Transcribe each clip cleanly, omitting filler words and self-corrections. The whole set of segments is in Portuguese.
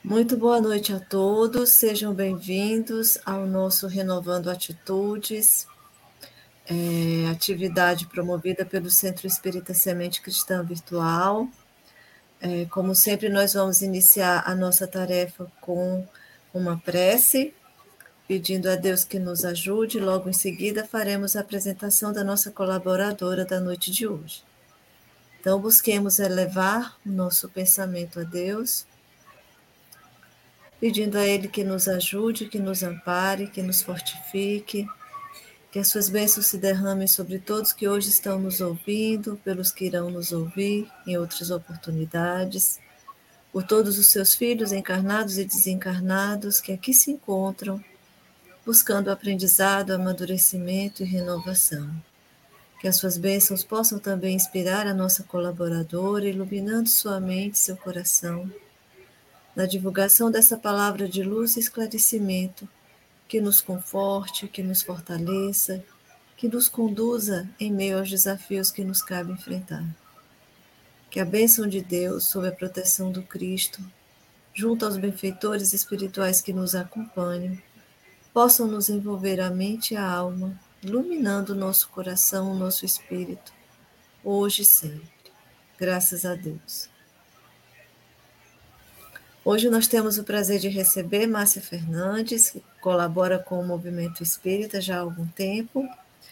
Muito boa noite a todos, sejam bem-vindos ao nosso Renovando Atitudes, atividade promovida pelo Centro Espírita Semente Cristã Virtual. Como sempre, nós vamos iniciar a nossa tarefa com uma prece, pedindo a Deus que nos ajude. Logo em seguida, faremos a apresentação da nossa colaboradora da noite de hoje. Então, busquemos elevar o nosso pensamento a Deus, pedindo a Ele que nos ajude, que nos ampare, que nos fortifique, que as suas bênçãos se derramem sobre todos que hoje estão nos ouvindo, pelos que irão nos ouvir em outras oportunidades, por todos os seus filhos encarnados e desencarnados que aqui se encontram, buscando aprendizado, amadurecimento e renovação. Que as suas bênçãos possam também inspirar a nossa colaboradora, iluminando sua mente e seu coração, na divulgação dessa palavra de luz e esclarecimento, que nos conforte, que nos fortaleça, que nos conduza em meio aos desafios que nos cabe enfrentar. Que a bênção de Deus, sob a proteção do Cristo, junto aos benfeitores espirituais que nos acompanham, possam nos envolver a mente e a alma, iluminando o nosso coração, o nosso espírito, hoje e sempre. Graças a Deus. Hoje nós temos o prazer de receber Márcia Fernandes, que colabora com o Movimento Espírita já há algum tempo.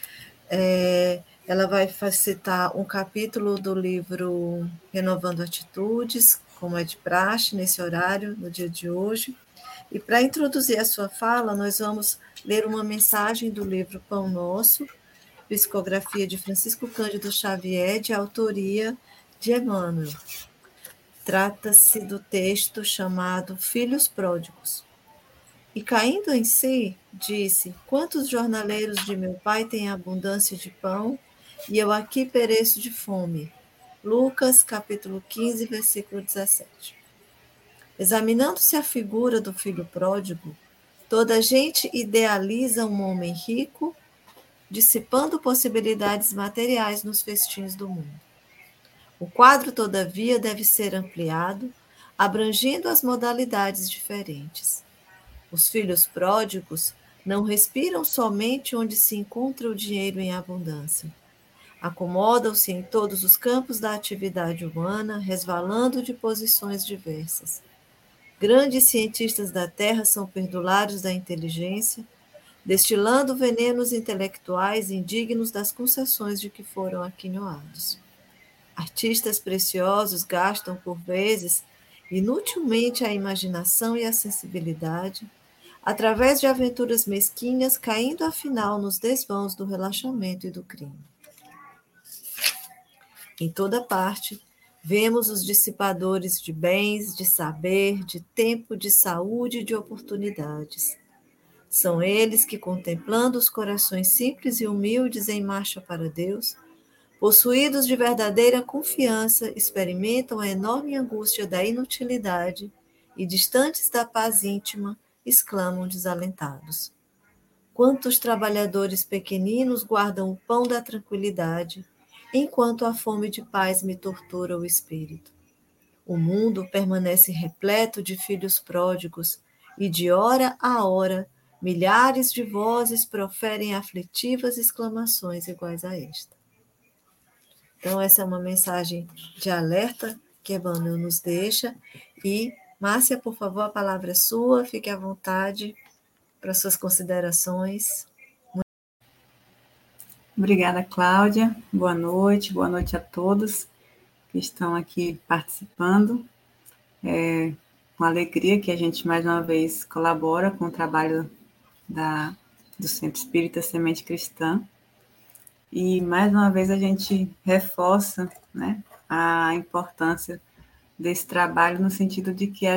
Ela vai citar um capítulo do livro Renovando Atitudes, como é de praxe nesse horário, no dia de hoje. E para introduzir a sua fala, nós vamos ler uma mensagem do livro Pão Nosso, psicografia de Francisco Cândido Xavier, de autoria de Emmanuel. Trata-se do texto chamado Filhos Pródigos. E caindo em si, disse: quantos jornaleiros de meu pai têm abundância de pão, e eu aqui pereço de fome. Lucas, capítulo 15, versículo 17. Examinando-se a figura do filho pródigo, toda a gente idealiza um homem rico, dissipando possibilidades materiais nos festins do mundo. O quadro, todavia, deve ser ampliado, abrangendo as modalidades diferentes. Os filhos pródigos não respiram somente onde se encontra o dinheiro em abundância. Acomodam-se em todos os campos da atividade humana, resvalando de posições diversas. Grandes cientistas da Terra são perdulários da inteligência, destilando venenos intelectuais indignos das concessões de que foram aquinhoados. Artistas preciosos gastam, por vezes, inutilmente a imaginação e a sensibilidade, através de aventuras mesquinhas, caindo afinal nos desvãos do relaxamento e do crime. Em toda parte, vemos os dissipadores de bens, de saber, de tempo, de saúde e de oportunidades. São eles que, contemplando os corações simples e humildes em marcha para Deus, possuídos de verdadeira confiança, experimentam a enorme angústia da inutilidade e, distantes da paz íntima, exclamam desalentados: quantos trabalhadores pequeninos guardam o pão da tranquilidade, enquanto a fome de paz me tortura o espírito. O mundo permanece repleto de filhos pródigos, e de hora a hora milhares de vozes proferem aflitivas exclamações iguais a esta. Então, essa é uma mensagem de alerta que Emmanuel nos deixa. E, Márcia, por favor, a palavra é sua, fique à vontade para suas considerações. Obrigada, Cláudia. Boa noite a todos que estão aqui participando. É uma alegria que a gente mais uma vez colabora com o trabalho do Centro Espírita Semente Cristã. E mais uma vez a gente reforça, né, a importância desse trabalho no sentido de que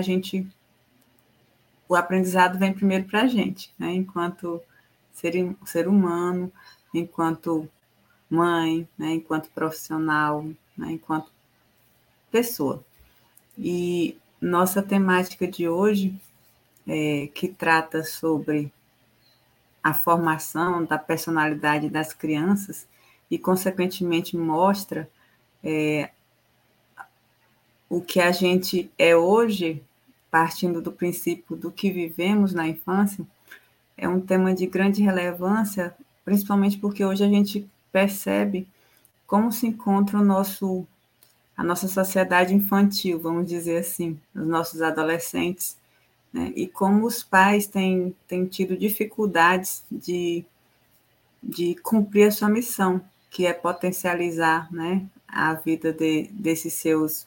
o aprendizado vem primeiro para a gente, né, enquanto ser humano, enquanto mãe, né, enquanto profissional, né, enquanto pessoa. E nossa temática de hoje, que trata sobre a formação da personalidade das crianças e, consequentemente, mostra o que a gente é hoje partindo do princípio do que vivemos na infância, é um tema de grande relevância, principalmente porque hoje a gente percebe como se encontra a nossa sociedade infantil, vamos dizer assim, os nossos adolescentes, né? E como os pais têm tido dificuldades de cumprir a sua missão, que é potencializar, né, a vida desses seus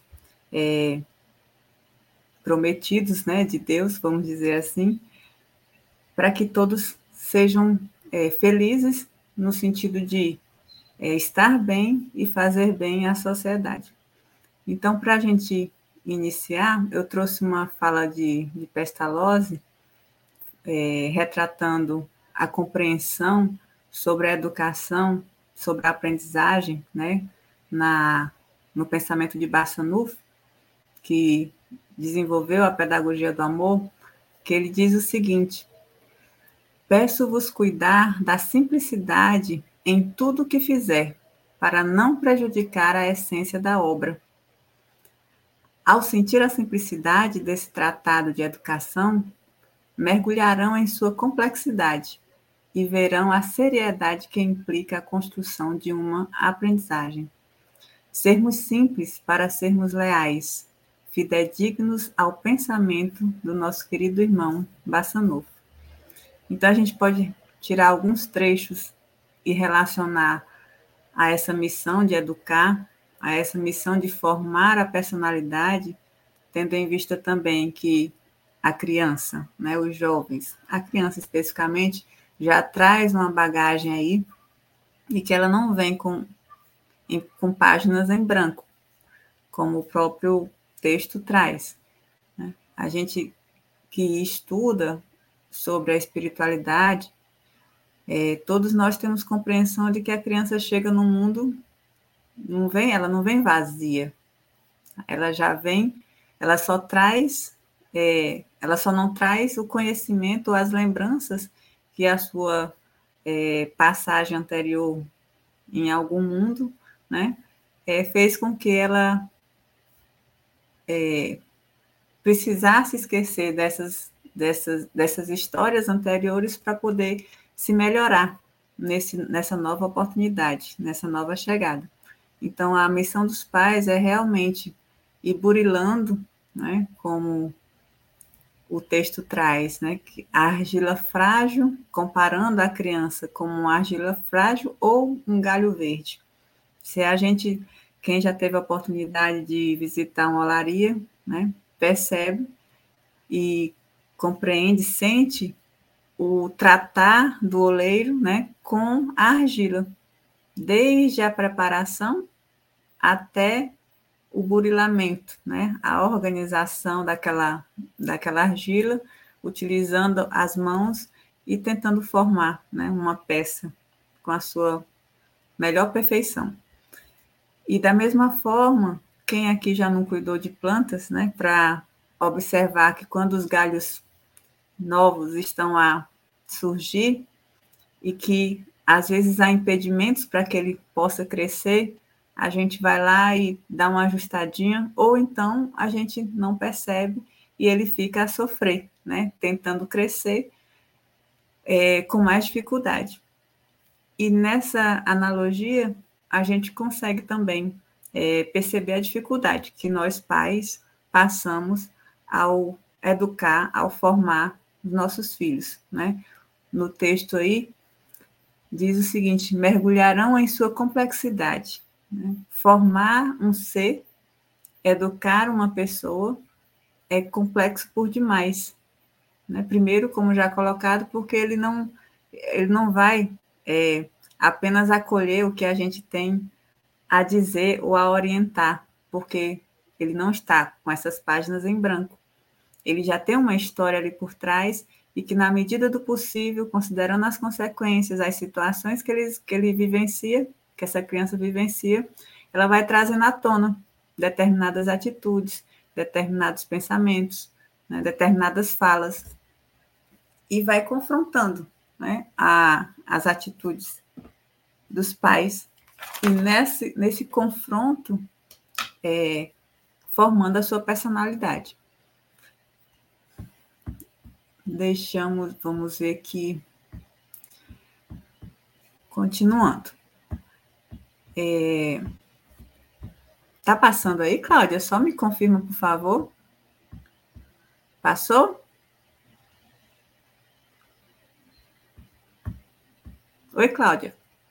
prometidos, né, de Deus, vamos dizer assim, para que todos sejam felizes no sentido de estar bem e fazer bem à sociedade. Então, para a gente iniciar, eu trouxe uma fala de Pestalozzi, retratando a compreensão sobre a educação, sobre a aprendizagem, né, no pensamento de Bassanufo, que desenvolveu a pedagogia do amor, que ele diz o seguinte: peço-vos cuidar da simplicidade em tudo o que fizer, para não prejudicar a essência da obra. Ao sentir a simplicidade desse tratado de educação, mergulharão em sua complexidade e verão a seriedade que implica a construção de uma aprendizagem. Sermos simples para sermos leais, fidedignos ao pensamento do nosso querido irmão Bassanufo. Então, a gente pode tirar alguns trechos e relacionar a essa missão de educar, a essa missão de formar a personalidade, tendo em vista também que a criança, né, os jovens, a criança especificamente, já traz uma bagagem aí e que ela não vem com páginas em branco, como o próprio texto traz, né? A gente que estuda sobre a espiritualidade, todos nós temos compreensão de que a criança chega no mundo, ela não vem vazia, ela já vem, ela só traz, ela só não traz o conhecimento, as lembranças que a sua passagem anterior em algum mundo, né, fez com que ela precisasse esquecer dessas histórias anteriores para poder se melhorar nessa nova oportunidade, nessa nova chegada. Então, a missão dos pais é realmente ir burilando, né, como o texto traz, né, que a argila frágil, comparando a criança como uma argila frágil ou um galho verde. Se a gente, quem já teve a oportunidade de visitar uma olaria, né, percebe e compreende, sente o tratar do oleiro, né, com a argila, desde a preparação até o burilamento, né, a organização daquela argila, utilizando as mãos e tentando formar, né, uma peça com a sua melhor perfeição. E da mesma forma, quem aqui já não cuidou de plantas, né, para observar que quando os galhos novos estão a surgir e que às vezes há impedimentos para que ele possa crescer, a gente vai lá e dá uma ajustadinha, ou então a gente não percebe e ele fica a sofrer, né, tentando crescer com mais dificuldade. E nessa analogia, a gente consegue também perceber a dificuldade que nós pais passamos ao educar, ao formar os nossos filhos, né? No texto aí, diz o seguinte: mergulharão em sua complexidade. Né? Formar um ser, educar uma pessoa, é complexo por demais. Né? Primeiro, como já colocado, porque ele não vai apenas acolher o que a gente tem a dizer ou a orientar, porque ele não está com essas páginas em branco. Ele já tem uma história ali por trás e que, na medida do possível, considerando as consequências, as situações que ele vivencia, que essa criança vivencia, ela vai trazendo à tona determinadas atitudes, determinados pensamentos, né, determinadas falas, e vai confrontando, né, as atitudes dos pais, e nesse confronto, formando a sua personalidade. deixamos, vamos ver aqui, continuando. Tá passando aí, Cláudia? Só me confirma, por favor. Passou? Oi, Cláudia.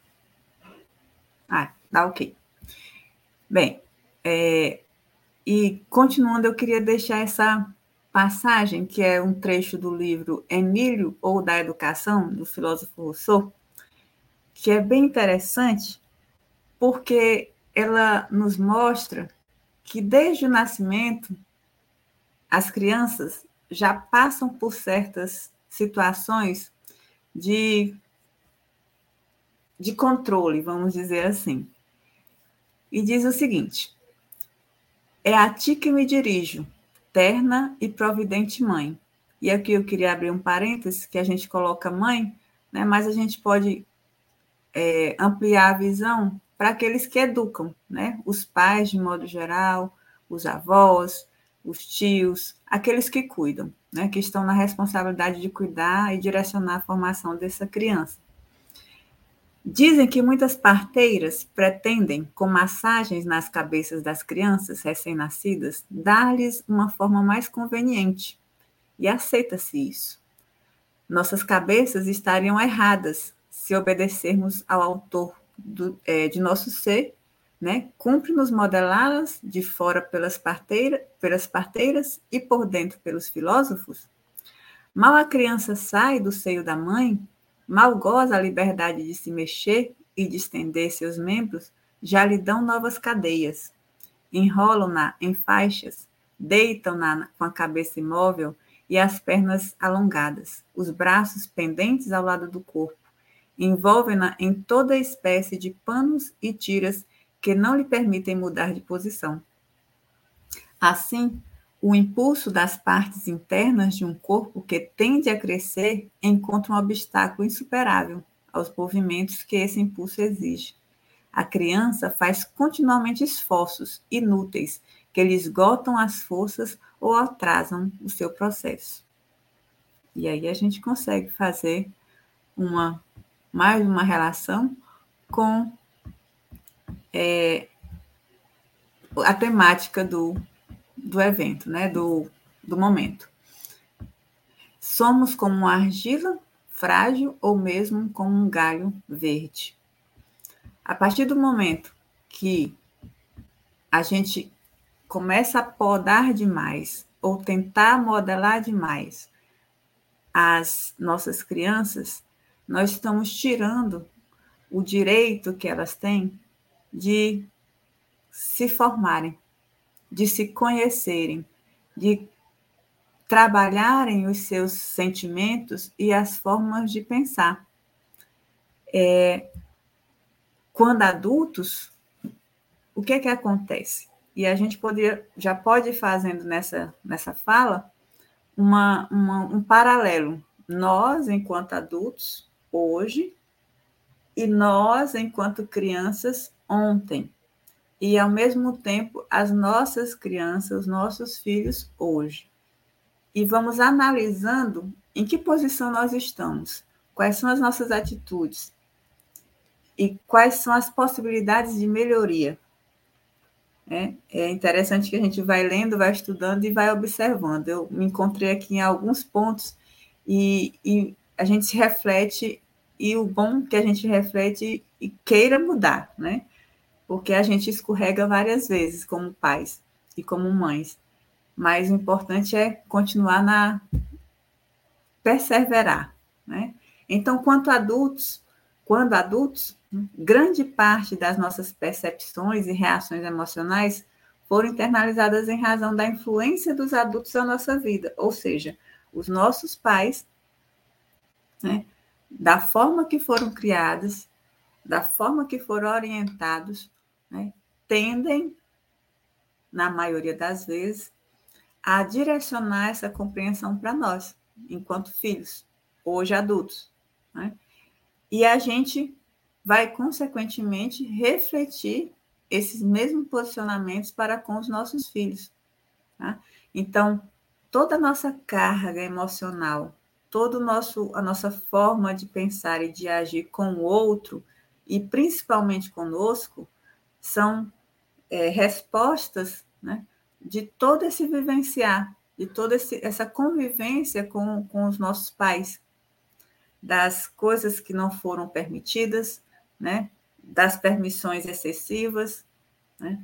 Ah, tá ok. Bem, e continuando, eu queria deixar essa passagem, que é um trecho do livro Emílio ou da Educação, do filósofo Rousseau, que é bem interessante, porque ela nos mostra que desde o nascimento as crianças já passam por certas situações de controle, vamos dizer assim. E diz o seguinte: é a ti que me dirijo, terna e providente mãe. E aqui eu queria abrir um parênteses, que a gente coloca mãe, né, mas a gente pode ampliar a visão para aqueles que educam, né? Os pais, de modo geral, os avós, os tios, aqueles que cuidam, né? Que estão na responsabilidade de cuidar e direcionar a formação dessa criança. Dizem que muitas parteiras pretendem, com massagens nas cabeças das crianças recém-nascidas, dar-lhes uma forma mais conveniente. E aceita-se isso. Nossas cabeças estariam erradas se obedecermos ao autor de nosso ser, né? Cumpre-nos modelá-las de fora pelas parteiras e por dentro pelos filósofos? Mal a criança sai do seio da mãe, mal goza a liberdade de se mexer e de estender seus membros, já lhe dão novas cadeias. Enrolam-na em faixas, deitam-na com a cabeça imóvel e as pernas alongadas, os braços pendentes ao lado do corpo. Envolvem-na em toda espécie de panos e tiras que não lhe permitem mudar de posição. Assim, o impulso das partes internas de um corpo que tende a crescer encontra um obstáculo insuperável aos movimentos que esse impulso exige. A criança faz continuamente esforços inúteis que lhe esgotam as forças ou atrasam o seu processo. E aí a gente consegue fazer mais uma relação com a temática do evento, né? do momento. Somos como uma argila frágil ou mesmo como um galho verde. A partir do momento que a gente começa a podar demais ou tentar modelar demais as nossas crianças, nós estamos tirando o direito que elas têm de se formarem, de se conhecerem, de trabalharem os seus sentimentos e as formas de pensar. Quando adultos, o que é que acontece? E a gente já pode ir fazendo nessa fala um paralelo. Nós, enquanto adultos, hoje, e nós, enquanto crianças, ontem. E, ao mesmo tempo, as nossas crianças, os nossos filhos, hoje. E vamos analisando em que posição nós estamos, quais são as nossas atitudes e quais são as possibilidades de melhoria. É interessante que a gente vai lendo, vai estudando e vai observando. Eu me encontrei aqui em alguns pontos e a gente se reflete, e o bom é que a gente reflete e queira mudar, né? Porque a gente escorrega várias vezes como pais e como mães. Mas o importante é continuar perseverar, né? Então, quando adultos, grande parte das nossas percepções e reações emocionais foram internalizadas em razão da influência dos adultos na nossa vida, ou seja, os nossos pais, né, da forma que foram criados, da forma que foram orientados, né, tendem, na maioria das vezes, a direcionar essa compreensão para nós, enquanto filhos, hoje adultos, né? E a gente vai, consequentemente, refletir esses mesmos posicionamentos para com os nossos filhos. Tá? Então, toda a nossa carga emocional toda a nossa forma de pensar e de agir com o outro, e principalmente conosco, são respostas, né, de todo esse vivenciar, de toda essa convivência com os nossos pais, das coisas que não foram permitidas, né, das permissões excessivas, né,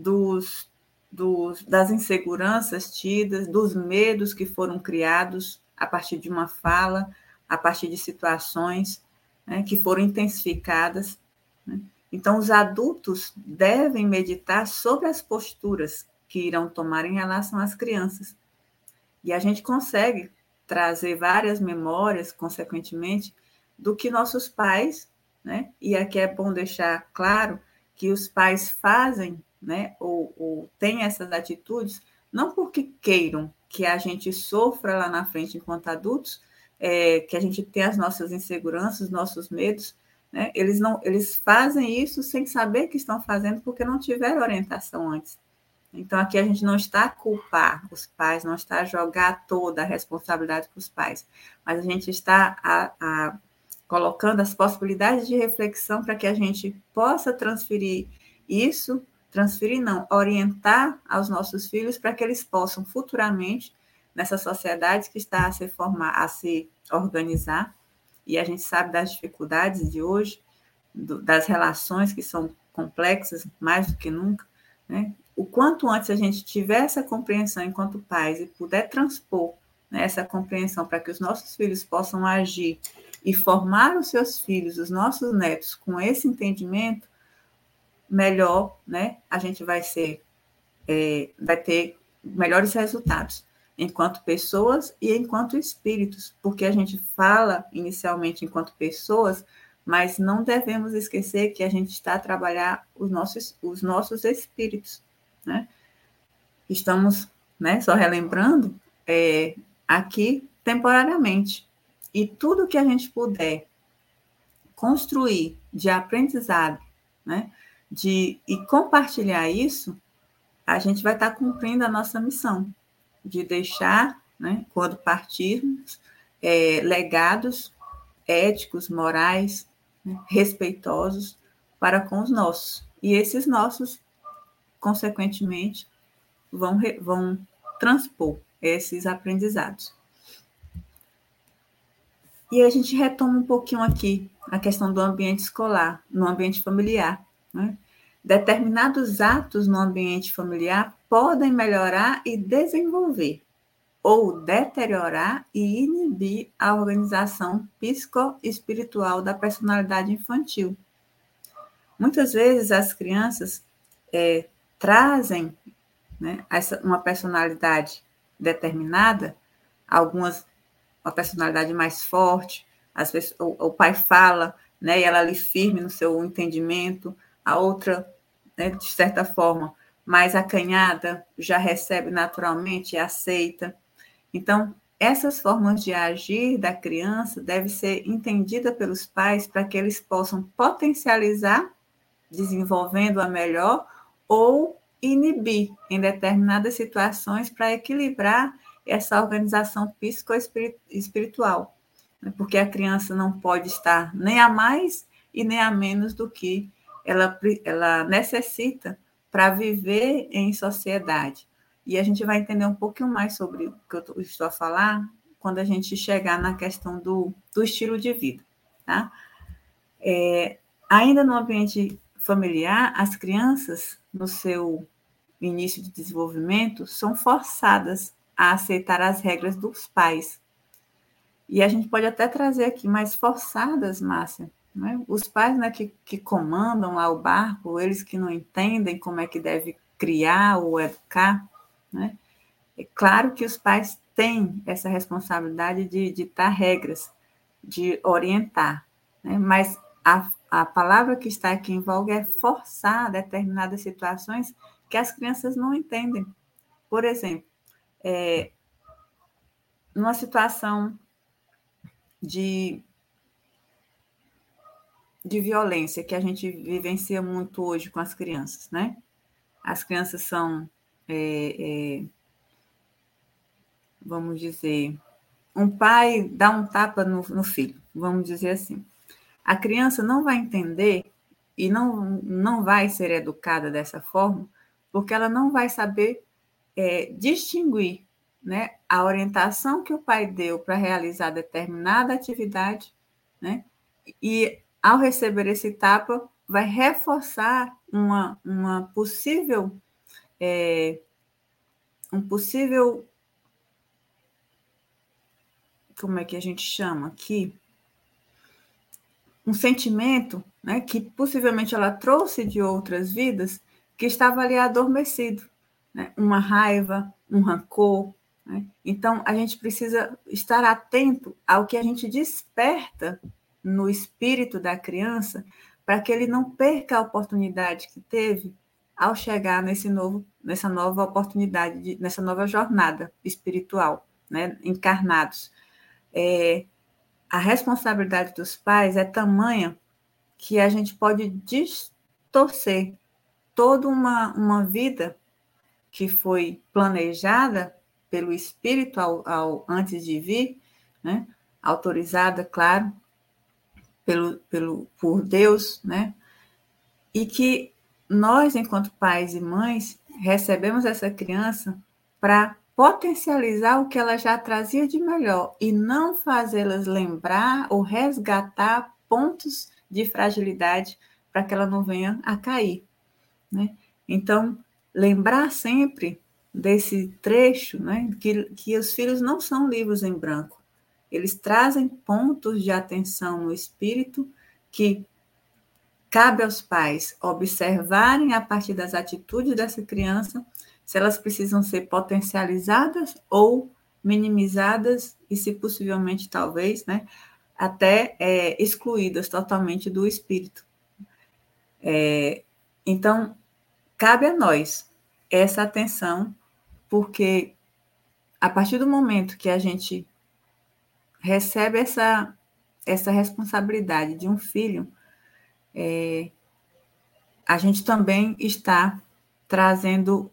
das inseguranças tidas, dos medos que foram criados a partir de uma fala, a partir de situações, né, que foram intensificadas, né? Então, os adultos devem meditar sobre as posturas que irão tomar em relação às crianças. E a gente consegue trazer várias memórias, consequentemente, do que nossos pais, né? E aqui é bom deixar claro que os pais fazem, né, ou têm essas atitudes, não porque queiram que a gente sofra lá na frente enquanto adultos, que a gente tenha as nossas inseguranças, nossos medos, né? Eles fazem isso sem saber que estão fazendo porque não tiveram orientação antes. Então, aqui a gente não está a culpar os pais, não está a jogar toda a responsabilidade para os pais, mas a gente está colocando as possibilidades de reflexão para que a gente possa transferir não, orientar aos nossos filhos para que eles possam futuramente, nessa sociedade que está a se organizar, e a gente sabe das dificuldades de hoje, das relações que são complexas mais do que nunca, né? O quanto antes a gente tiver essa compreensão enquanto pais e puder transpor, né, essa compreensão para que os nossos filhos possam agir e formar os seus filhos, os nossos netos, com esse entendimento, melhor, né, a gente vai ter melhores resultados enquanto pessoas e enquanto espíritos, porque a gente fala inicialmente enquanto pessoas, mas não devemos esquecer que a gente está a trabalhar os nossos espíritos, né? Estamos, né, só relembrando, aqui temporariamente. E tudo que a gente puder construir de aprendizado, né, e compartilhar isso, a gente vai estar cumprindo a nossa missão de deixar, né, quando partirmos, legados éticos, morais, né, respeitosos para com os nossos. E esses nossos, consequentemente, vão transpor esses aprendizados. E a gente retoma um pouquinho aqui a questão do ambiente escolar, no ambiente familiar, né? Determinados atos no ambiente familiar podem melhorar e desenvolver, ou deteriorar e inibir a organização psicoespiritual da personalidade infantil. Muitas vezes as crianças trazem, né, uma personalidade determinada, uma personalidade mais forte, às vezes o pai fala, né, e ela ali firme no seu entendimento, a outra, né, de certa forma, mais acanhada, já recebe naturalmente e aceita. Então, essas formas de agir da criança devem ser entendidas pelos pais para que eles possam potencializar, desenvolvendo-a melhor, ou inibir em determinadas situações para equilibrar essa organização psicoespiritual, porque a criança não pode estar nem a mais e nem a menos do que ela necessita para viver em sociedade. E a gente vai entender um pouquinho mais sobre o que eu estou a falar quando a gente chegar na questão do estilo de vida, tá? Ainda no ambiente familiar, as crianças, no seu início de desenvolvimento, são forçadas a aceitar as regras dos pais. E a gente pode até trazer aqui mais forçadas, Márcia, né? Os pais, né, que comandam lá o barco, eles que não entendem como é que deve criar ou educar, né? É claro que os pais têm essa responsabilidade de ditar regras, de orientar, né? Mas a palavra que está aqui em voga é forçar determinadas situações que as crianças não entendem. Por exemplo, numa situação de violência que a gente vivencia muito hoje com as crianças, né? As crianças são, vamos dizer, um pai dá um tapa no filho, vamos dizer assim. A criança não vai entender e não vai ser educada dessa forma, porque ela não vai saber distinguir, né, a orientação que o pai deu para realizar determinada atividade, né, e ao receber esse tapa, vai reforçar uma possível, um possível, como é que a gente chama aqui? Um sentimento, né, que possivelmente ela trouxe de outras vidas, que estava ali adormecido, né? Uma raiva, um rancor. Né? Então, a gente precisa estar atento ao que a gente desperta no espírito da criança, para que ele não perca a oportunidade que teve ao chegar nessa nova oportunidade, nessa nova jornada espiritual, né? Encarnados. A responsabilidade dos pais é tamanha que a gente pode distorcer toda uma vida que foi planejada pelo espírito antes de vir, né? Autorizada, claro, por Deus, né? E que nós, enquanto pais e mães, recebemos essa criança para potencializar o que ela já trazia de melhor e não fazê-las lembrar ou resgatar pontos de fragilidade para que ela não venha a cair, né? Então, lembrar sempre desse trecho, né, que os filhos não são livros em branco. Eles trazem pontos de atenção no espírito que cabe aos pais observarem a partir das atitudes dessa criança se elas precisam ser potencializadas ou minimizadas e, se possivelmente, talvez, né, até excluídas totalmente do espírito. Então, cabe a nós essa atenção, porque a partir do momento que a gente recebe essa responsabilidade de um filho, a gente também está trazendo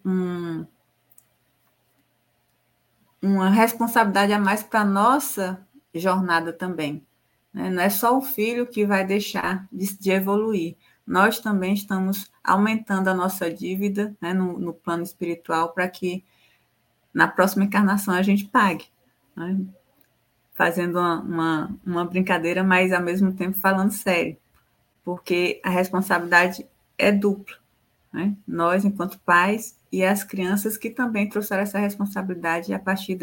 uma responsabilidade a mais para a nossa jornada também. Né? Não é só o filho que vai deixar de evoluir. Nós também estamos aumentando a nossa dívida, né, no plano espiritual para que na próxima encarnação a gente pague. Né? Fazendo uma brincadeira, mas ao mesmo tempo falando sério, porque a responsabilidade é dupla. Né? Nós, enquanto pais, e as crianças que também trouxeram essa responsabilidade a partir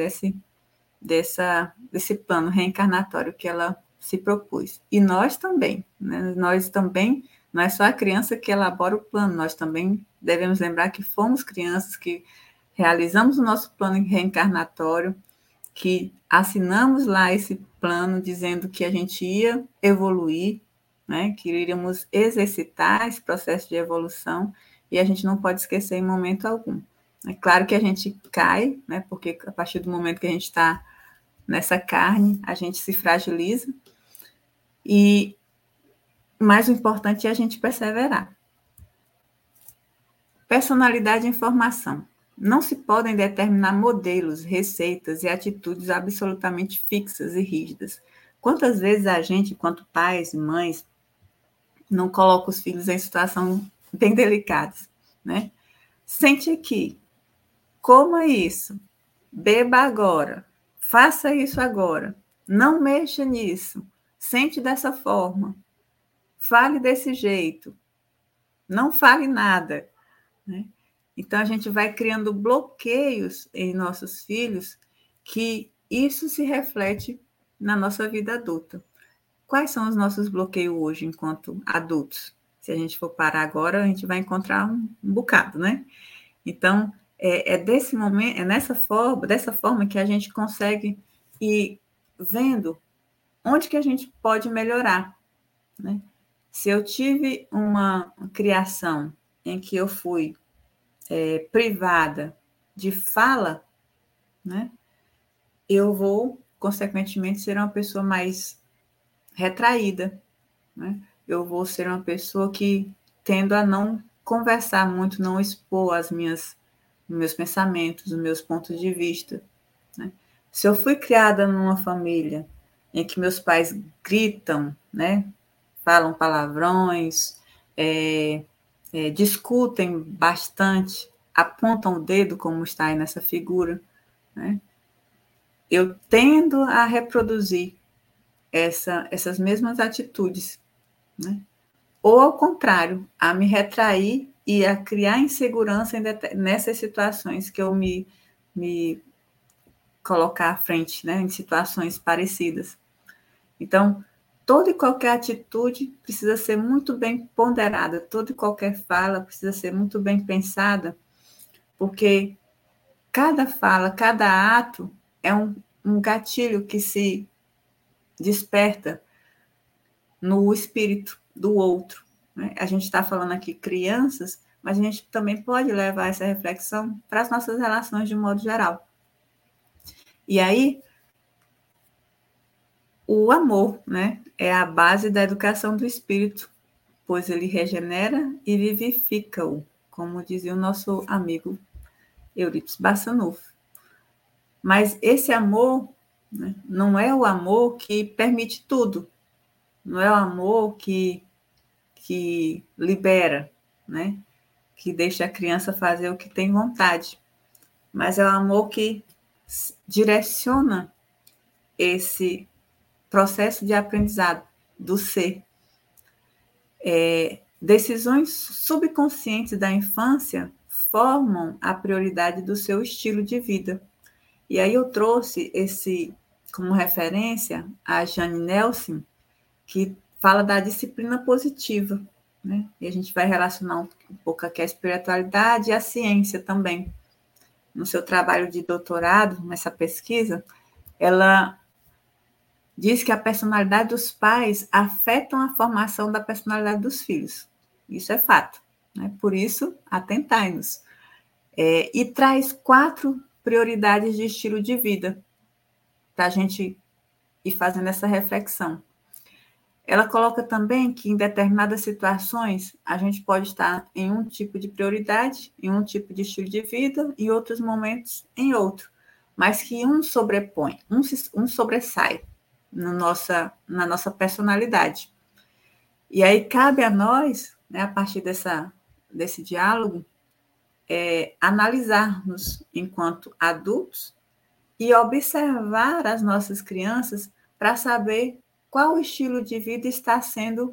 desse plano reencarnatório que ela se propôs. E nós também, né? Nós também, não é só a criança que elabora o plano, nós também devemos lembrar que fomos crianças que realizamos o nosso plano reencarnatório, que assinamos lá esse plano dizendo que a gente ia evoluir, né? Que iríamos exercitar esse processo de evolução, e a gente não pode esquecer em momento algum. É claro que a gente cai, né? Porque a partir do momento que a gente está nessa carne, a gente se fragiliza, e mais o importante é a gente perseverar. Personalidade e informação. Não se podem determinar modelos, receitas e atitudes absolutamente fixas e rígidas. Quantas vezes a gente, enquanto pais e mães, não coloca os filhos em situação bem delicadas, né? Sente aqui, coma isso, beba agora, faça isso agora, não mexa nisso, sente dessa forma, fale desse jeito, não fale nada, né? Então, a gente vai criando bloqueios em nossos filhos, que isso se reflete na nossa vida adulta. Quais são os nossos bloqueios hoje, enquanto adultos? Se a gente for parar agora, a gente vai encontrar um bocado, né? Então, desse momento, dessa forma que a gente consegue ir vendo onde que a gente pode melhorar, né? Se eu tive uma criação em que eu fui privada de fala, né, eu vou, consequentemente, ser uma pessoa mais retraída, né? Eu vou ser uma pessoa que tendo a não conversar muito, não expor meus pensamentos, os meus pontos de vista, né? Se eu fui criada numa família em que meus pais gritam, né, falam palavrões, discutem bastante, apontam o dedo, como está aí nessa figura, né, eu tendo a reproduzir essas mesmas atitudes, né? Ou, ao contrário, a me retrair e a criar insegurança nessas situações que eu me colocar à frente, né? Em situações parecidas. Então, toda e qualquer atitude precisa ser muito bem ponderada, toda e qualquer fala precisa ser muito bem pensada, porque cada fala, cada ato é um gatilho que se desperta no espírito do outro, né? A gente está falando aqui crianças, mas a gente também pode levar essa reflexão para as nossas relações de modo geral. E aí, o amor, né, é a base da educação do espírito, pois ele regenera e vivifica-o, como dizia o nosso amigo Eurípides Barçanufo. Mas esse amor, né, não é o amor que permite tudo, não é o amor que libera, né, que deixa a criança fazer o que tem vontade, mas é o amor que direciona esse processo de aprendizado do ser. Decisões subconscientes da infância formam a prioridade do seu estilo de vida. E aí eu trouxe como referência a Jane Nelson, que fala da disciplina positiva, né? E a gente vai relacionar um pouco aqui a espiritualidade e a ciência também. No seu trabalho de doutorado, nessa pesquisa, ela diz que a personalidade dos pais afetam a formação da personalidade dos filhos. Isso é fato, né? Por isso, atentai-nos. E traz 4 prioridades de estilo de vida para a gente ir fazendo essa reflexão. Ela coloca também que em determinadas situações a gente pode estar em um tipo de prioridade, em um tipo de estilo de vida, e em outros momentos em outro, mas que um sobrepõe, um sobressai na nossa personalidade. E aí cabe a nós, né, a partir desse diálogo, analisarmos enquanto adultos e observar as nossas crianças para saber qual estilo de vida está sendo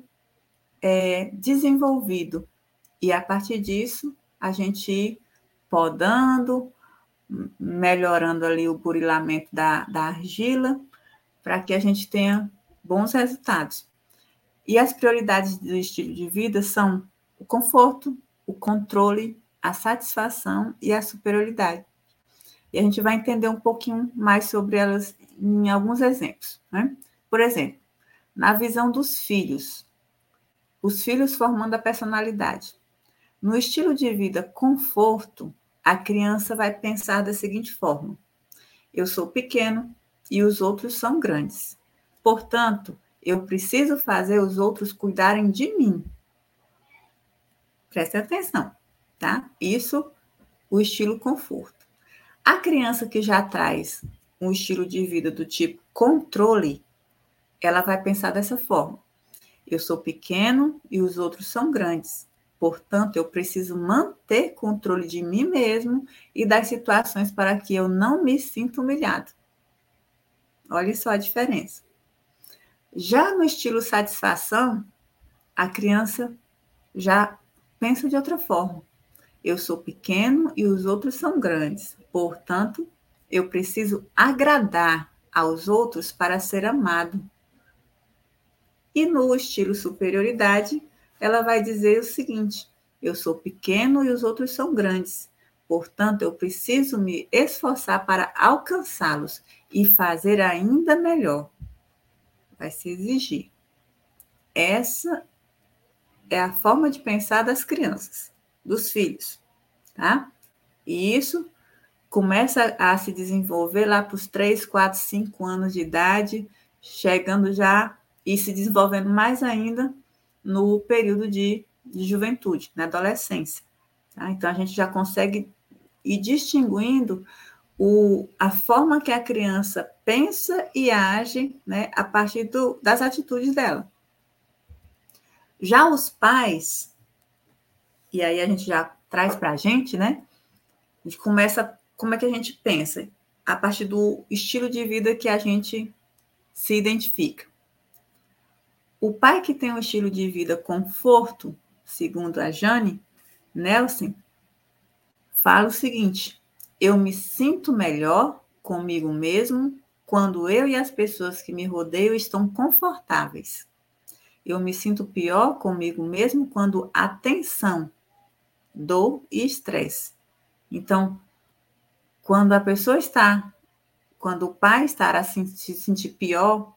desenvolvido. E a partir disso, a gente ir podando, melhorando ali o burilamento da argila, para que a gente tenha bons resultados. E as prioridades do estilo de vida são o conforto, o controle, a satisfação e a superioridade. E a gente vai entender um pouquinho mais sobre elas em alguns exemplos, né? Por exemplo, na visão dos filhos, os filhos formando a personalidade. No estilo de vida conforto, a criança vai pensar da seguinte forma: eu sou pequeno e os outros são grandes. Portanto, eu preciso fazer os outros cuidarem de mim. Preste atenção, tá? Isso, o estilo conforto. A criança que já traz um estilo de vida do tipo controle, ela vai pensar dessa forma: eu sou pequeno e os outros são grandes. Portanto, eu preciso manter controle de mim mesmo e das situações para que eu não me sinta humilhado. Olha só a diferença. Já no estilo satisfação, a criança já pensa de outra forma. Eu sou pequeno e os outros são grandes. Portanto, eu preciso agradar aos outros para ser amado. E no estilo superioridade, ela vai dizer o seguinte: eu sou pequeno e os outros são grandes. Portanto, eu preciso me esforçar para alcançá-los e fazer ainda melhor. Vai se exigir. Essa é a forma de pensar das crianças, dos filhos, tá? E isso começa a se desenvolver lá para os 3, 4, 5 anos de idade, chegando já e se desenvolvendo mais ainda no período de juventude, na adolescência. Tá? Então, a gente já consegue ir distinguindo a forma que a criança pensa e age, né, a partir das atitudes dela. Já os pais, e aí a gente já traz para a gente, né? A gente começa, como é que a gente pensa? A partir do estilo de vida que a gente se identifica. O pai que tem um estilo de vida conforto, segundo a Jane Nelson, fala o seguinte: eu me sinto melhor comigo mesmo quando eu e as pessoas que me rodeiam estão confortáveis. Eu me sinto pior comigo mesmo quando há tensão, dor e estresse. Então, quando a pessoa está, quando o pai está a se sentir pior,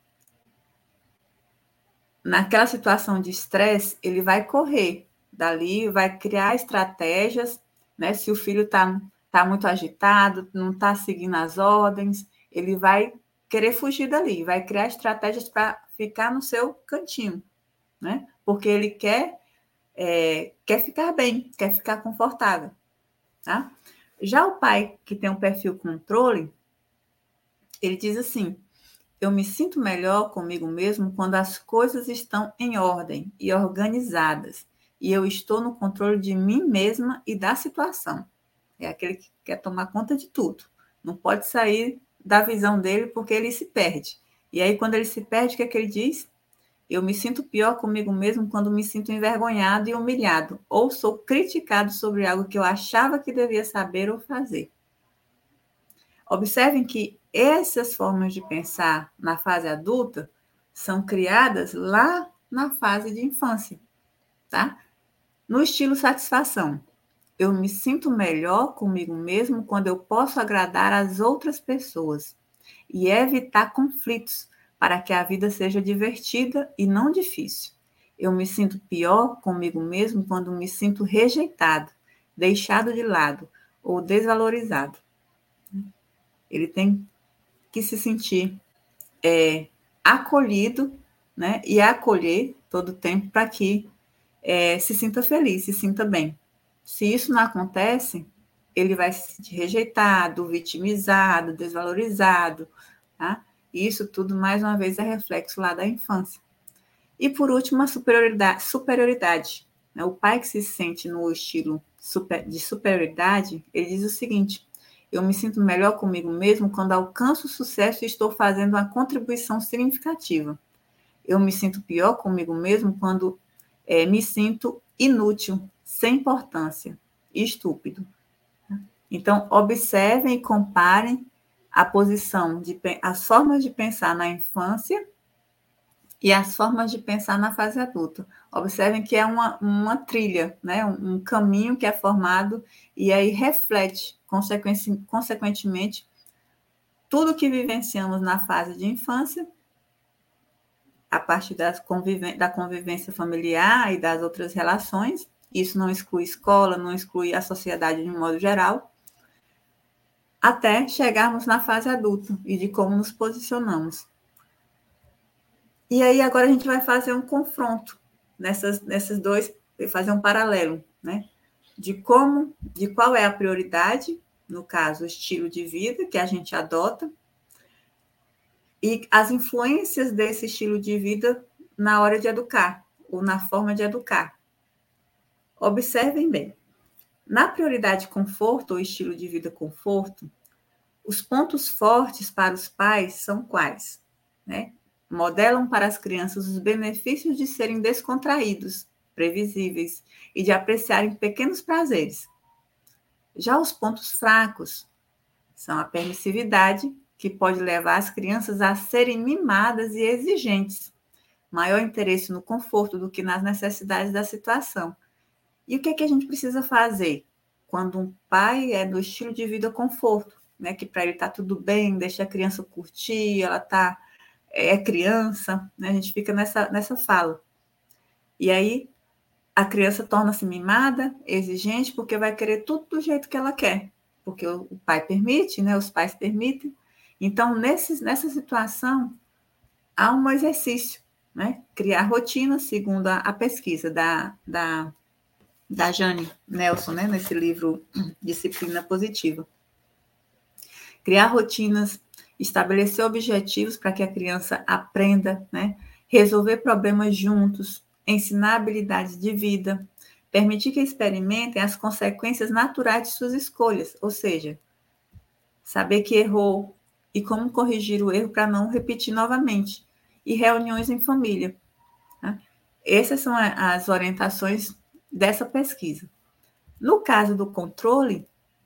naquela situação de estresse, ele vai correr dali, vai criar estratégias, né? Se o filho tá muito agitado, não está seguindo as ordens, ele vai querer fugir dali, vai criar estratégias para ficar no seu cantinho, né? Porque ele quer ficar bem, quer ficar confortável, tá? Já o pai que tem um perfil controle, ele diz assim: eu me sinto melhor comigo mesmo quando as coisas estão em ordem e organizadas, e eu estou no controle de mim mesma e da situação. É aquele que quer tomar conta de tudo. Não pode sair da visão dele porque ele se perde. E aí, quando ele se perde, o que é que ele diz? Eu me sinto pior comigo mesmo quando me sinto envergonhado e humilhado, ou sou criticado sobre algo que eu achava que devia saber ou fazer. Observem que essas formas de pensar na fase adulta são criadas lá na fase de infância, tá? No estilo satisfação. Eu me sinto melhor comigo mesmo quando eu posso agradar as outras pessoas e evitar conflitos para que a vida seja divertida e não difícil. Eu me sinto pior comigo mesmo quando me sinto rejeitado, deixado de lado ou desvalorizado. Ele tem que se sentir acolhido, né? E acolher todo o tempo para que se sinta feliz, se sinta bem. Se isso não acontece, ele vai se sentir rejeitado, vitimizado, desvalorizado, tá? E isso tudo, mais uma vez, é reflexo lá da infância. E, por último, a superioridade. Né? O pai que se sente no estilo de superioridade, ele diz o seguinte: eu me sinto melhor comigo mesmo quando alcanço o sucesso e estou fazendo uma contribuição significativa. Eu me sinto pior comigo mesmo quando me sinto inútil, sem importância, estúpido. Então, observem e comparem a posição, as formas de pensar na infância e as formas de pensar na fase adulta. Observem que é uma trilha, né? Um caminho que é formado e aí reflete, consequentemente, tudo que vivenciamos na fase de infância, a partir da convivência familiar e das outras relações. Isso não exclui escola, não exclui a sociedade de um modo geral, até chegarmos na fase adulta e de como nos posicionamos. E aí agora a gente vai fazer um confronto nessas dois, fazer um paralelo, né? De qual é a prioridade, no caso, o estilo de vida que a gente adota, e as influências desse estilo de vida na hora de educar, ou na forma de educar. Observem bem. Na prioridade conforto ou estilo de vida conforto, os pontos fortes para os pais são quais? Né? Modelam para as crianças os benefícios de serem descontraídos, previsíveis e de apreciarem pequenos prazeres. Já os pontos fracos são a permissividade, que pode levar as crianças a serem mimadas e exigentes, maior interesse no conforto do que nas necessidades da situação. E o que é que a gente precisa fazer quando um pai é do estilo de vida conforto, né? Que para ele está tudo bem, deixa a criança curtir, ela é criança, né? A gente fica nessa fala. E aí a criança torna-se mimada, exigente, porque vai querer tudo do jeito que ela quer, porque o pai permite, né? Os pais permitem. Então, nessa situação, há um exercício, né? Criar rotina, segundo a pesquisa da Jane Nelson, né? Nesse livro Disciplina Positiva. criar rotinas, estabelecer objetivos para que a criança aprenda, né? Resolver problemas juntos, ensinar habilidades de vida, permitir que experimentem as consequências naturais de suas escolhas, ou seja, saber que errou e como corrigir o erro para não repetir novamente, e reuniões em família. Né? Essas são as orientações dessa pesquisa. No caso do controle,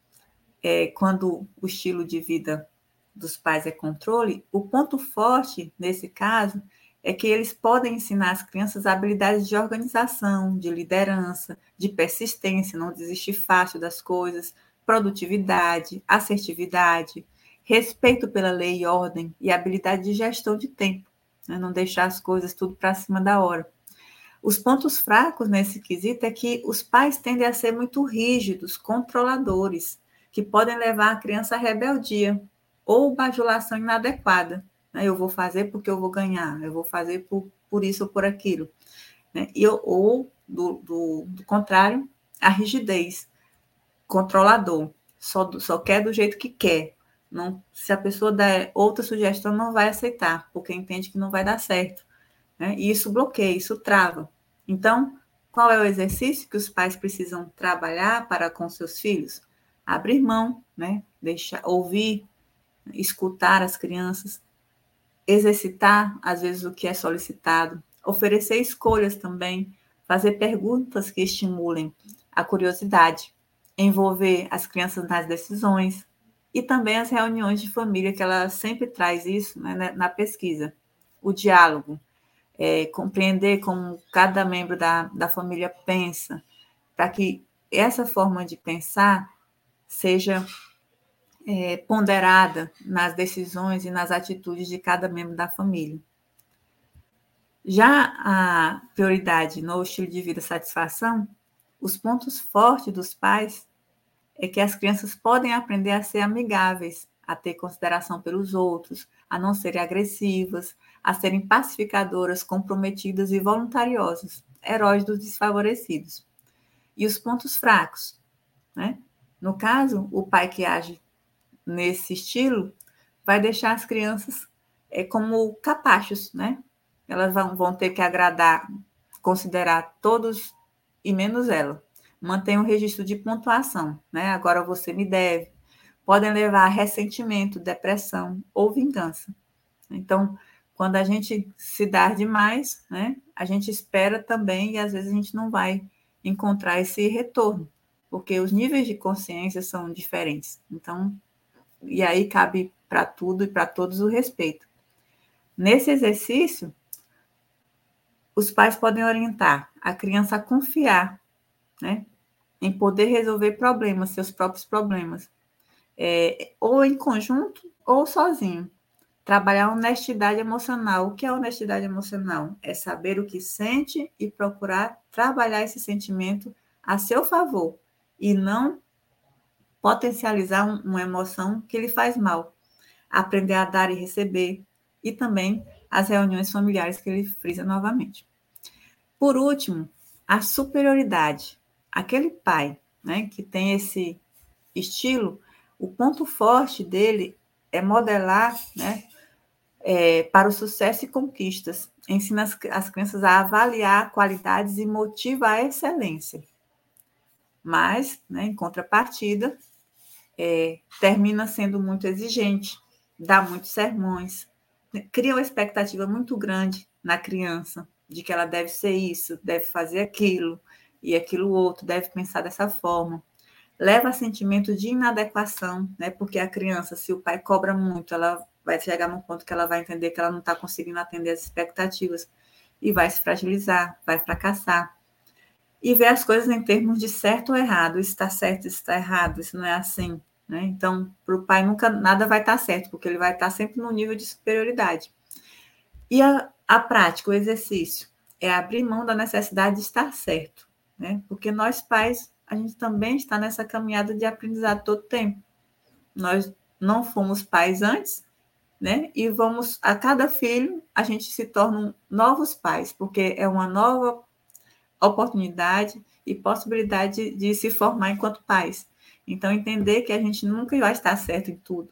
quando o estilo de vida dos pais é controle, o ponto forte nesse caso é que eles podem ensinar às crianças habilidades de organização, de liderança, de persistência, não desistir fácil das coisas, produtividade, assertividade, respeito pela lei e ordem e habilidade de gestão de tempo, né? Não deixar as coisas tudo para cima da hora. Os pontos fracos nesse quesito é que os pais tendem a ser muito rígidos, controladores, que podem levar a criança à rebeldia ou bajulação inadequada. Né? Eu vou fazer porque eu vou ganhar, eu vou fazer por isso ou por aquilo. Né? Ou, do contrário, a rigidez, controlador, só quer do jeito que quer. Não, se a pessoa der outra sugestão, não vai aceitar, porque entende que não vai dar certo. Né? E isso bloqueia, isso trava. Então, qual é o exercício que os pais precisam trabalhar para com seus filhos? Abrir mão, né? Deixar, ouvir, escutar as crianças, exercitar, às vezes, o que é solicitado, oferecer escolhas também, fazer perguntas que estimulem a curiosidade, envolver as crianças nas decisões e também as reuniões de família, que ela sempre traz isso, né, na pesquisa. O diálogo, compreender como cada membro da família pensa, para que essa forma de pensar seja ponderada nas decisões e nas atitudes de cada membro da família. Já a prioridade no estilo de vida satisfação, os pontos fortes dos pais é que as crianças podem aprender a ser amigáveis, a ter consideração pelos outros, a não serem agressivas, a serem pacificadoras, comprometidas e voluntariosas, heróis dos desfavorecidos. E os pontos fracos, né? No caso, o pai que age nesse estilo vai deixar as crianças como capachos, né? Elas vão ter que agradar, considerar todos e menos ela. Mantém um registro de pontuação, né? Agora você me deve. Podem levar a ressentimento, depressão ou vingança. Então, quando a gente se dá demais, né? A gente espera também e às vezes a gente não vai encontrar esse retorno, porque os níveis de consciência são diferentes. Então, e aí cabe para tudo e para todos o respeito. Nesse exercício, os pais podem orientar a criança a confiar, né, em poder resolver problemas, seus próprios problemas, ou em conjunto ou sozinho. Trabalhar a honestidade emocional. O que é honestidade emocional? É saber o que sente e procurar trabalhar esse sentimento a seu favor e não potencializar uma emoção que lhe faz mal. Aprender a dar e receber e também as reuniões familiares que ele frisa novamente. Por último, a superioridade. Aquele pai, né, que tem esse estilo, o ponto forte dele é modelar, né, para o sucesso e conquistas. Ensina as crianças a avaliar qualidades e motiva a excelência. Mas, né, em contrapartida, termina sendo muito exigente, dá muitos sermões, cria uma expectativa muito grande na criança, de que ela deve ser isso, deve fazer aquilo, e aquilo outro, deve pensar dessa forma. Leva a sentimento de inadequação, né? Porque a criança, se o pai cobra muito, ela vai chegar num ponto que ela vai entender que ela não está conseguindo atender as expectativas e vai se fragilizar, vai fracassar. E ver as coisas em termos de certo ou errado, isso está certo, isso está errado, isso não é assim. Né? Então, para o pai nunca nada vai estar certo, porque ele vai estar sempre no nível de superioridade. E a prática, o exercício, é abrir mão da necessidade de estar certo. Né? Porque nós pais, a gente também está nessa caminhada de aprendizado todo tempo. Nós não fomos pais antes, né? E vamos, a cada filho, a gente se torna novos pais, porque é uma nova oportunidade e possibilidade de se formar enquanto pais. Então, entender que a gente nunca vai estar certo em tudo,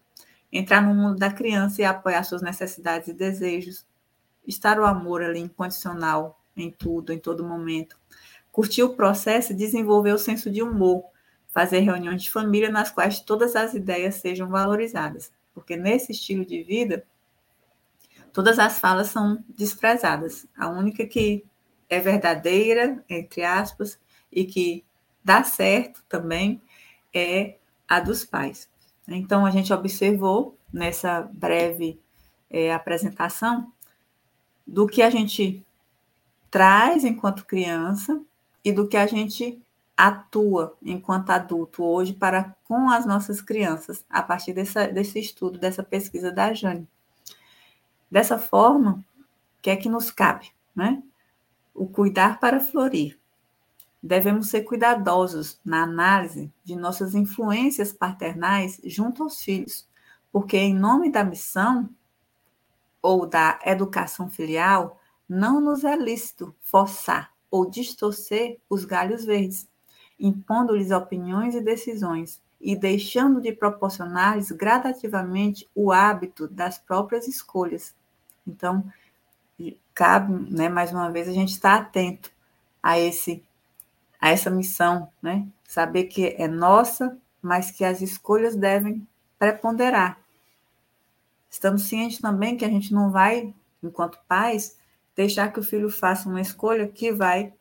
entrar no mundo da criança e apoiar suas necessidades e desejos, estar o amor ali incondicional em tudo, em todo momento, curtir o processo e desenvolver o senso de humor, fazer reuniões de família nas quais todas as ideias sejam valorizadas, porque nesse estilo de vida, todas as falas são desprezadas. A única que é verdadeira, entre aspas, e que dá certo também é a dos pais. Então, a gente observou nessa breve apresentação do que a gente traz enquanto criança e do que a gente atua enquanto adulto hoje para com as nossas crianças, a partir desse estudo, dessa pesquisa da Jane. Dessa forma, o que é que nos cabe, né? O cuidar para florir. Devemos ser cuidadosos na análise de nossas influências paternais junto aos filhos, porque em nome da missão ou da educação filial, não nos é lícito forçar ou distorcer os galhos verdes, impondo-lhes opiniões e decisões e deixando de proporcionar-lhes gradativamente o hábito das próprias escolhas. Então, cabe, né, mais uma vez, a gente estar atento a essa missão, né? Saber que é nossa, mas que as escolhas devem preponderar. Estamos cientes também que a gente não vai, enquanto pais, deixar que o filho faça uma escolha que vai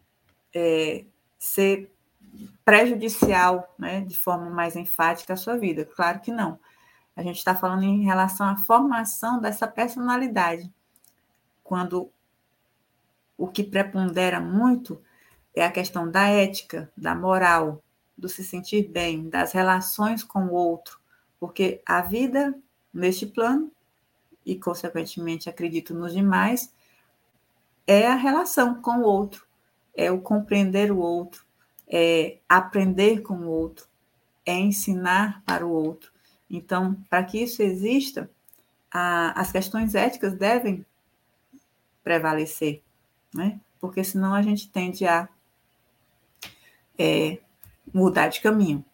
ser prejudicial, né, de forma mais enfática à sua vida. Claro que não. A gente está falando em relação à formação dessa personalidade, quando o que prepondera muito é a questão da ética, da moral, do se sentir bem, das relações com o outro, porque a vida neste plano, e consequentemente acredito nos demais, é a relação com o outro, é o compreender o outro, é aprender com o outro, é ensinar para o outro. Então, para que isso exista, as questões éticas devem prevalecer, né? Porque senão a gente tende a mudar de caminho.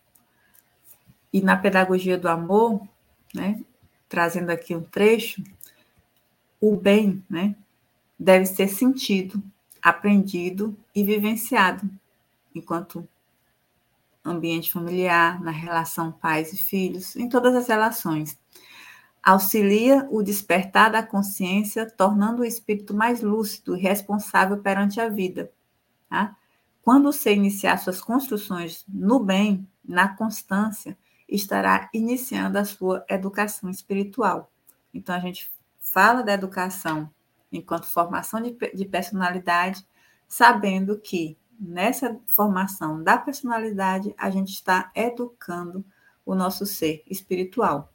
E na pedagogia do amor, né, trazendo aqui um trecho, o bem, né, deve ser sentido, aprendido e vivenciado enquanto ambiente familiar, na relação pais e filhos, em todas as relações. Auxilia o despertar da consciência, tornando o espírito mais lúcido e responsável perante a vida. Tá? Quando você iniciar suas construções no bem, na constância, estará iniciando a sua educação espiritual. Então, a gente fala da educação enquanto formação de personalidade, sabendo que nessa formação da personalidade, a gente está educando o nosso ser espiritual.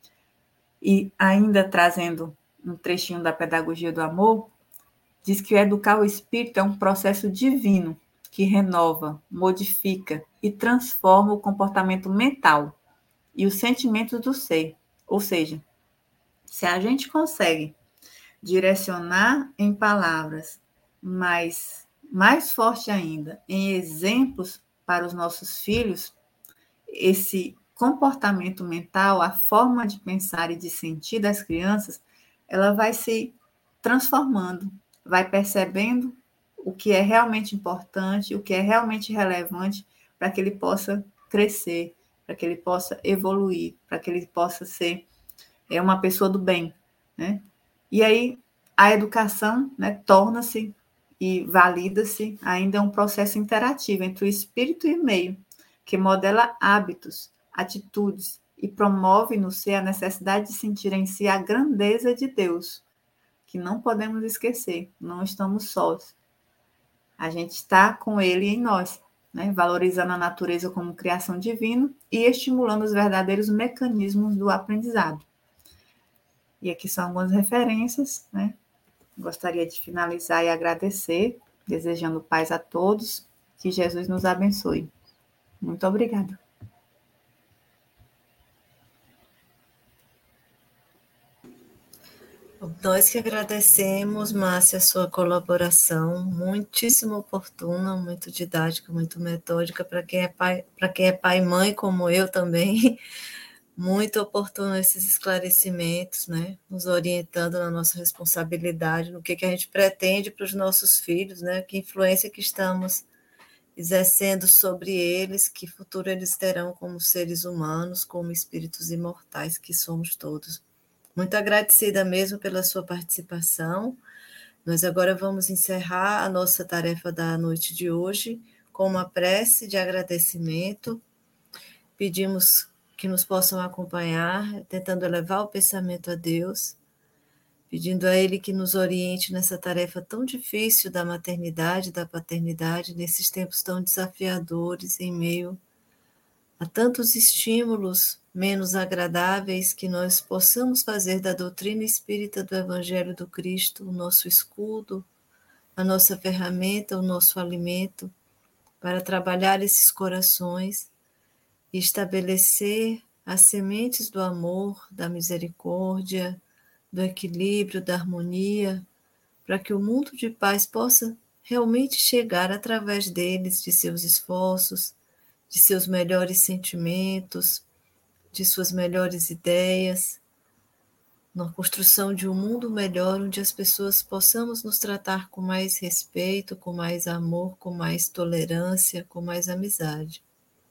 E ainda trazendo um trechinho da pedagogia do amor, diz que educar o espírito é um processo divino que renova, modifica e transforma o comportamento mental e os sentimentos do ser. Ou seja, se a gente consegue direcionar em palavras, mas mais forte ainda, em exemplos para os nossos filhos, esse comportamento mental, a forma de pensar e de sentir das crianças, ela vai se transformando, vai percebendo o que é realmente importante, o que é realmente relevante para que ele possa crescer, para que ele possa evoluir, para que ele possa ser uma pessoa do bem, né? E aí a educação, né, torna-se e valida-se ainda um processo interativo entre o espírito e o meio, que modela hábitos, atitudes e promove no ser a necessidade de sentir em si a grandeza de Deus, que não podemos esquecer, não estamos sós. A gente está com Ele em nós, né? Valorizando a natureza como criação divina e estimulando os verdadeiros mecanismos do aprendizado. E aqui são algumas referências, né? Gostaria de finalizar e agradecer, desejando paz a todos, que Jesus nos abençoe. Muito obrigada. Nós que agradecemos, Márcia, a sua colaboração, muitíssimo oportuna, muito didática, muito metódica, para quem é pai e mãe, como eu também, Muito oportuno esses esclarecimentos, né? Nos orientando na nossa responsabilidade, no que a gente pretende para os nossos filhos, né? Que influência que estamos exercendo sobre eles, que futuro eles terão como seres humanos, como espíritos imortais que somos todos. Muito agradecida mesmo pela sua participação. Nós agora vamos encerrar a nossa tarefa da noite de hoje com uma prece de agradecimento. Pedimos que nos possam acompanhar, tentando elevar o pensamento a Deus, pedindo a Ele que nos oriente nessa tarefa tão difícil da maternidade e da paternidade, nesses tempos tão desafiadores, em meio a tantos estímulos menos agradáveis, que nós possamos fazer da doutrina espírita do Evangelho do Cristo o nosso escudo, a nossa ferramenta, o nosso alimento, para trabalhar esses corações e estabelecer as sementes do amor, da misericórdia, do equilíbrio, da harmonia, para que o mundo de paz possa realmente chegar através deles, de seus esforços, de seus melhores sentimentos, de suas melhores ideias, na construção de um mundo melhor, onde as pessoas possamos nos tratar com mais respeito, com mais amor, com mais tolerância, com mais amizade.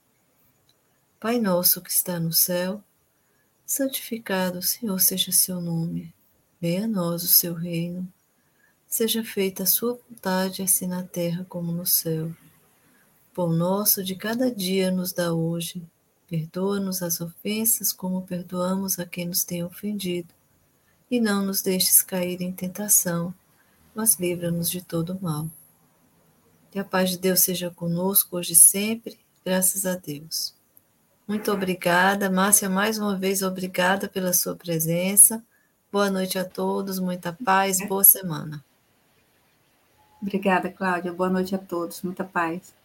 Pai nosso que está no céu, santificado, Senhor, seja seu nome. Venha a nós o seu reino. Seja feita a sua vontade, assim na terra como no céu. O pão nosso de cada dia nos dá hoje. Perdoa-nos as ofensas, como perdoamos a quem nos tem ofendido. E não nos deixes cair em tentação, mas livra-nos de todo mal. Que a paz de Deus seja conosco hoje e sempre, graças a Deus. Muito obrigada, Márcia, mais uma vez obrigada pela sua presença. Boa noite a todos, muita paz, boa semana. Obrigada, Cláudia. Boa noite a todos. Muita paz.